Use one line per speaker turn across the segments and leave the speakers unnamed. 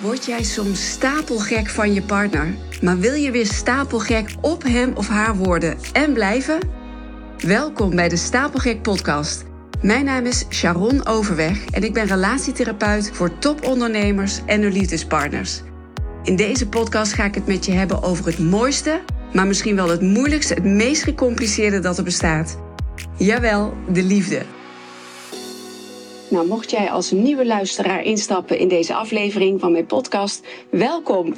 Word jij soms stapelgek van je partner, maar wil je weer stapelgek op hem of haar worden en blijven? Welkom bij de Stapelgek podcast. Mijn naam is Sharon Overweg en ik ben relatietherapeut voor topondernemers en hun liefdespartners. In deze podcast ga ik het met je hebben over het mooiste, maar misschien wel het moeilijkste, het meest gecompliceerde dat er bestaat. Jawel, de liefde. Nou, mocht jij als nieuwe luisteraar instappen in deze aflevering van mijn podcast, welkom.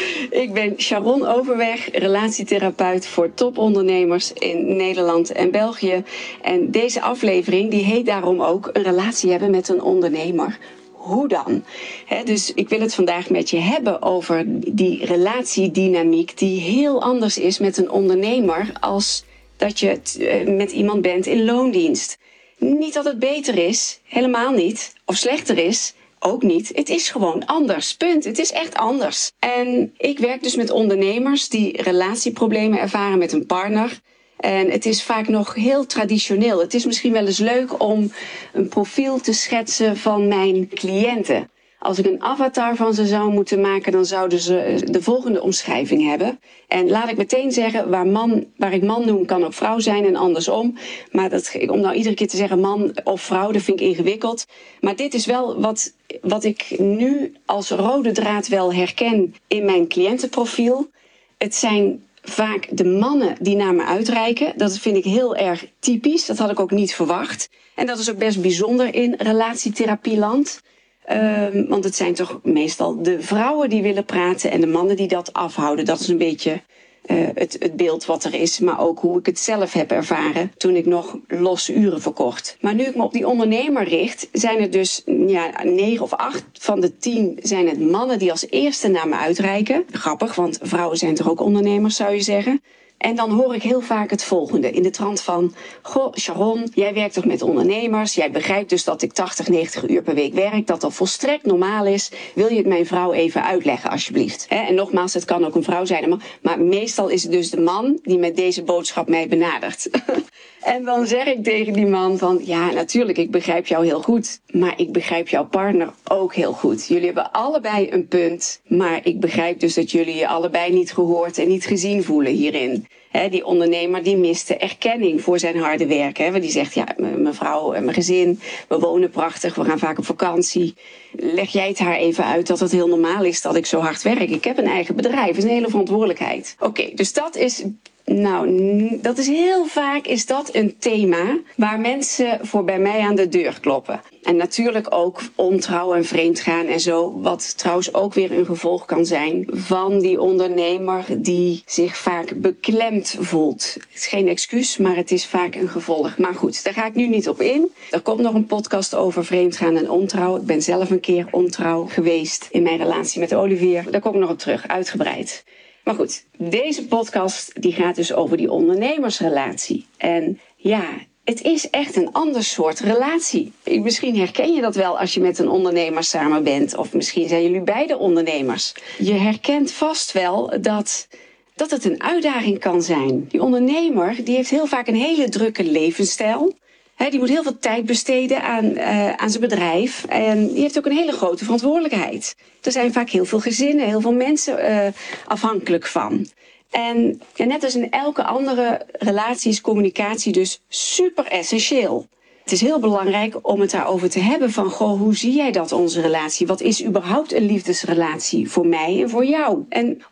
Ik ben Sharon Overweg, relatietherapeut voor topondernemers in Nederland en België. En deze aflevering die heet daarom ook een relatie hebben met een ondernemer. Hoe dan? Dus ik wil het vandaag met je hebben over die relatiedynamiek die heel anders is met een ondernemer als dat je met iemand bent in loondienst. Niet dat het beter is, helemaal niet. Of slechter is, ook niet. Het is gewoon anders, punt. Het is echt anders. En ik werk dus met ondernemers die relatieproblemen ervaren met een partner. En het is vaak nog heel traditioneel. Het is misschien wel eens leuk om een profiel te schetsen van mijn cliënten. Als ik een avatar van ze zou moeten maken, dan zouden ze de volgende omschrijving hebben. En laat ik meteen zeggen, waar ik man noem, kan ook vrouw zijn en andersom. Maar om nou iedere keer te zeggen man of vrouw, dat vind ik ingewikkeld. Maar dit is wel wat ik nu als rode draad wel herken in mijn cliëntenprofiel. Het zijn vaak de mannen die naar me uitreiken. Dat vind ik heel erg typisch, dat had ik ook niet verwacht. En dat is ook best bijzonder in relatietherapieland. Want het zijn toch meestal de vrouwen die willen praten en de mannen die dat afhouden. Dat is een beetje het beeld wat er is, maar ook hoe ik het zelf heb ervaren toen ik nog losse uren verkocht. Maar nu ik me op die ondernemer richt, zijn er dus 9 of 8 van de 10 zijn het mannen die als eerste naar me uitreiken. Grappig, want vrouwen zijn toch ook ondernemers, zou je zeggen. En dan hoor ik heel vaak het volgende in de trant van: goh, Sharon, jij werkt toch met ondernemers? Jij begrijpt dus dat ik 80, 90 uur per week werk, dat dat volstrekt normaal is. Wil je het mijn vrouw even uitleggen, alsjeblieft? En nogmaals, het kan ook een vrouw zijn, maar meestal is het dus de man die met deze boodschap mij benadert. En dan zeg ik tegen die man van: ja, natuurlijk, ik begrijp jou heel goed. Maar ik begrijp jouw partner ook heel goed. Jullie hebben allebei een punt. Maar ik begrijp dus dat jullie je allebei niet gehoord en niet gezien voelen hierin. Die ondernemer die mist de erkenning voor zijn harde werk. Want die zegt, ja, mijn vrouw en mijn gezin, we wonen prachtig, we gaan vaak op vakantie. Leg jij het haar even uit dat het heel normaal is dat ik zo hard werk. Ik heb een eigen bedrijf, het is een hele verantwoordelijkheid. Oké, dus dat is heel vaak een thema waar mensen voor bij mij aan de deur kloppen. En natuurlijk ook ontrouw en vreemdgaan en zo, wat trouwens ook weer een gevolg kan zijn van die ondernemer die zich vaak beklemd voelt. Het is geen excuus, maar het is vaak een gevolg. Maar goed, daar ga ik nu niet op in. Er komt nog een podcast over vreemdgaan en ontrouw. Ik ben zelf een keer ontrouw geweest in mijn relatie met Olivier. Daar kom ik nog op terug, uitgebreid. Maar goed, deze podcast die gaat dus over die ondernemersrelatie. En ja, het is echt een ander soort relatie. Misschien herken je dat wel als je met een ondernemer samen bent. Of misschien zijn jullie beide ondernemers. Je herkent vast wel dat het een uitdaging kan zijn. Die ondernemer die heeft heel vaak een hele drukke levensstijl. Die moet heel veel tijd besteden aan zijn bedrijf. En die heeft ook een hele grote verantwoordelijkheid. Er zijn vaak heel veel gezinnen, heel veel mensen afhankelijk van. En net als in elke andere relatie is communicatie dus super essentieel. Het is heel belangrijk om het daarover te hebben van, goh, hoe zie jij dat, onze relatie? Wat is überhaupt een liefdesrelatie voor mij en voor jou? En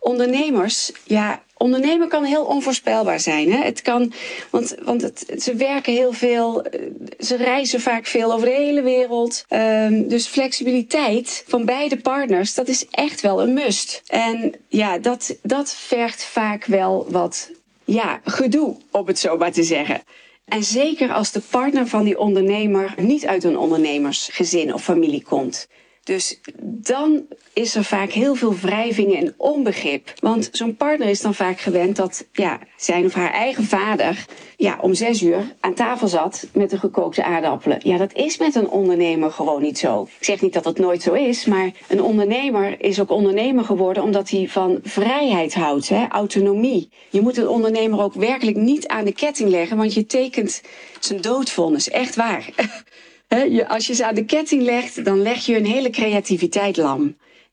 ondernemen kan heel onvoorspelbaar zijn. Het kan, want ze werken heel veel, ze reizen vaak veel over de hele wereld. Dus flexibiliteit van beide partners, dat is echt wel een must. En ja, dat vergt vaak wel wat gedoe, om het zo maar te zeggen. En zeker als de partner van die ondernemer niet uit een ondernemersgezin of familie komt. Dus dan is er vaak heel veel wrijving en onbegrip. Want zo'n partner is dan vaak gewend dat zijn of haar eigen vader om 6 uur aan tafel zat met de gekookte aardappelen. Ja, dat is met een ondernemer gewoon niet zo. Ik zeg niet dat dat nooit zo is, maar een ondernemer is ook ondernemer geworden omdat hij van vrijheid houdt, autonomie. Je moet een ondernemer ook werkelijk niet aan de ketting leggen, want je tekent zijn doodvonnis, echt waar. Als je ze aan de ketting legt, dan leg je hun hele creativiteit lam.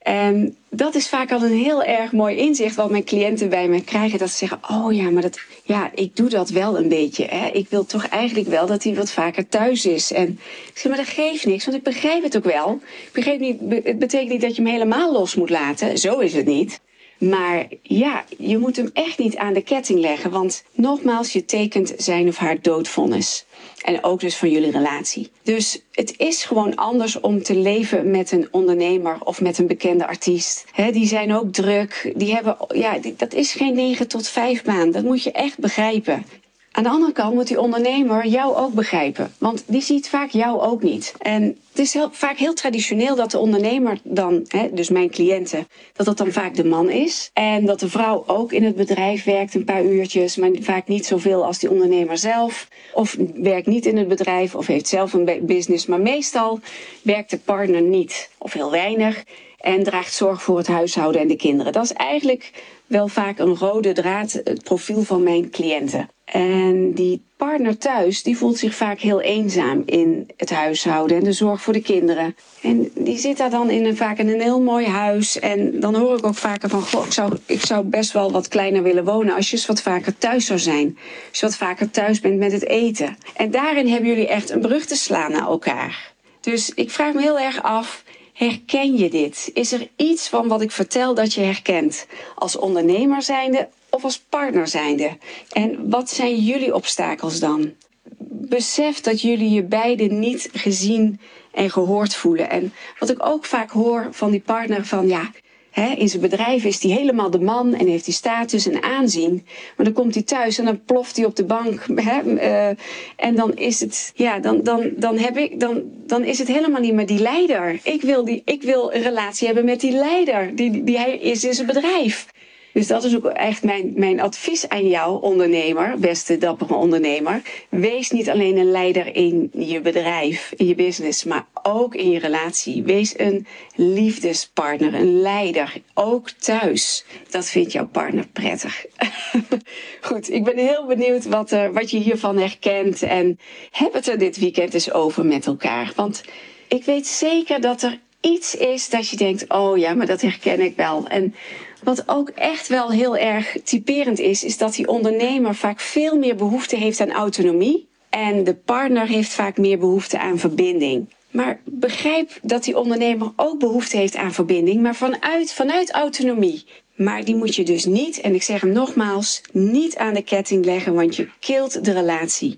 En dat is vaak al een heel erg mooi inzicht wat mijn cliënten bij me krijgen. Dat ze zeggen, oh ja, maar ik doe dat wel een beetje. Hè? Ik wil toch eigenlijk wel dat hij wat vaker thuis is. En ik zeg, maar dat geeft niks, want ik begrijp het ook wel. Ik begrijp niet, het betekent niet dat je hem helemaal los moet laten. Zo is het niet. Maar ja, je moet hem echt niet aan de ketting leggen. Want nogmaals, je tekent zijn of haar doodvonnis. En ook dus van jullie relatie. Dus het is gewoon anders om te leven met een ondernemer of met een bekende artiest. Die zijn ook druk. Dat is geen 9 tot 5 baan. Dat moet je echt begrijpen. Aan de andere kant moet die ondernemer jou ook begrijpen. Want die ziet vaak jou ook niet. En het is vaak heel traditioneel dat de ondernemer dan, dus mijn cliënten, dat dan vaak de man is. En dat de vrouw ook in het bedrijf werkt een paar uurtjes, maar vaak niet zoveel als die ondernemer zelf. Of werkt niet in het bedrijf of heeft zelf een business. Maar meestal werkt de partner niet of heel weinig. En draagt zorg voor het huishouden en de kinderen. Dat is eigenlijk wel vaak een rode draad, het profiel van mijn cliënten. En die partner thuis, die voelt zich vaak heel eenzaam in het huishouden en de zorg voor de kinderen. En die zit daar dan vaak in een heel mooi huis. En dan hoor ik ook vaker van, goh, ik zou best wel wat kleiner willen wonen als je eens wat vaker thuis zou zijn. Als je wat vaker thuis bent met het eten. En daarin hebben jullie echt een brug te slaan naar elkaar. Dus ik vraag me heel erg af, herken je dit? Is er iets van wat ik vertel dat je herkent? Als ondernemer zijnde of als partner zijnde? En wat zijn jullie obstakels dan? Besef dat jullie je beiden niet gezien en gehoord voelen. En wat ik ook vaak hoor van die partner van in zijn bedrijf is hij helemaal de man en heeft hij status en aanzien. Maar dan komt hij thuis en dan ploft hij op de bank. En dan is het, dan is het helemaal niet meer die leider. Ik wil een relatie hebben met die leider die hij is in zijn bedrijf. Dus dat is ook echt mijn advies aan jou, ondernemer, beste dappere ondernemer. Wees niet alleen een leider in je bedrijf, in je business, maar ook in je relatie. Wees een liefdespartner, een leider, ook thuis. Dat vindt jouw partner prettig. Goed, ik ben heel benieuwd wat je hiervan herkent. En heb het er dit weekend eens over met elkaar. Want ik weet zeker dat er iets is dat je denkt, oh ja, maar dat herken ik wel. En wat ook echt wel heel erg typerend is dat die ondernemer vaak veel meer behoefte heeft aan autonomie. En de partner heeft vaak meer behoefte aan verbinding. Maar begrijp dat die ondernemer ook behoefte heeft aan verbinding, maar vanuit autonomie. Maar die moet je dus niet, en ik zeg hem nogmaals, niet aan de ketting leggen, want je kilt de relatie.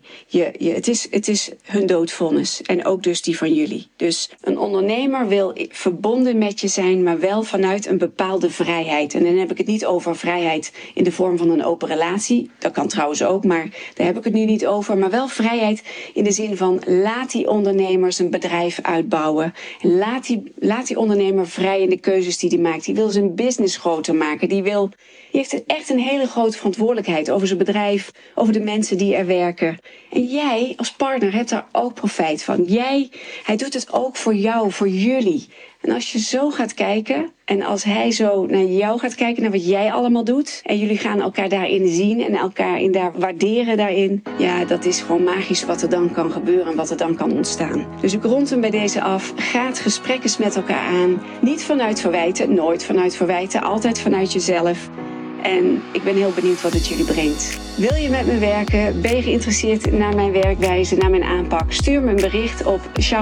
Het is hun doodvonnis en ook dus die van jullie. Dus een ondernemer wil verbonden met je zijn, maar wel vanuit een bepaalde vrijheid. En dan heb ik het niet over vrijheid in de vorm van een open relatie. Dat kan trouwens ook, maar daar heb ik het nu niet over. Maar wel vrijheid in de zin van laat die ondernemer zijn bedrijf uitbouwen. En laat die ondernemer vrij in de keuzes die hij maakt. Die wil zijn business groter maken. Die heeft echt een hele grote verantwoordelijkheid over zijn bedrijf, over de mensen die er werken. En jij als partner hebt daar ook profijt van. Hij doet het ook voor jou, voor jullie. En als je zo gaat kijken en als hij zo naar jou gaat kijken, naar wat jij allemaal doet, en jullie gaan elkaar daarin zien en elkaar daar waarderen daarin, ja, dat is gewoon magisch wat er dan kan gebeuren en wat er dan kan ontstaan. Dus ik rond hem bij deze af. Ga het gesprek eens met elkaar aan. Niet vanuit verwijten, nooit vanuit verwijten, altijd vanuit jezelf. En ik ben heel benieuwd wat het jullie brengt. Wil je met me werken? Ben je geïnteresseerd naar mijn werkwijze, naar mijn aanpak? Stuur me een bericht op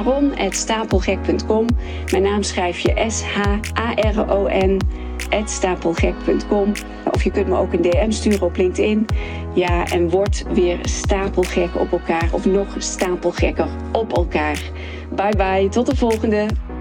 sharon@stapelgek.com. Mijn naam schrijf je SHARON @stapelgek.com. Of je kunt me ook een DM sturen op LinkedIn. Ja, en word weer stapelgek op elkaar of nog stapelgekker op elkaar. Bye bye, tot de volgende.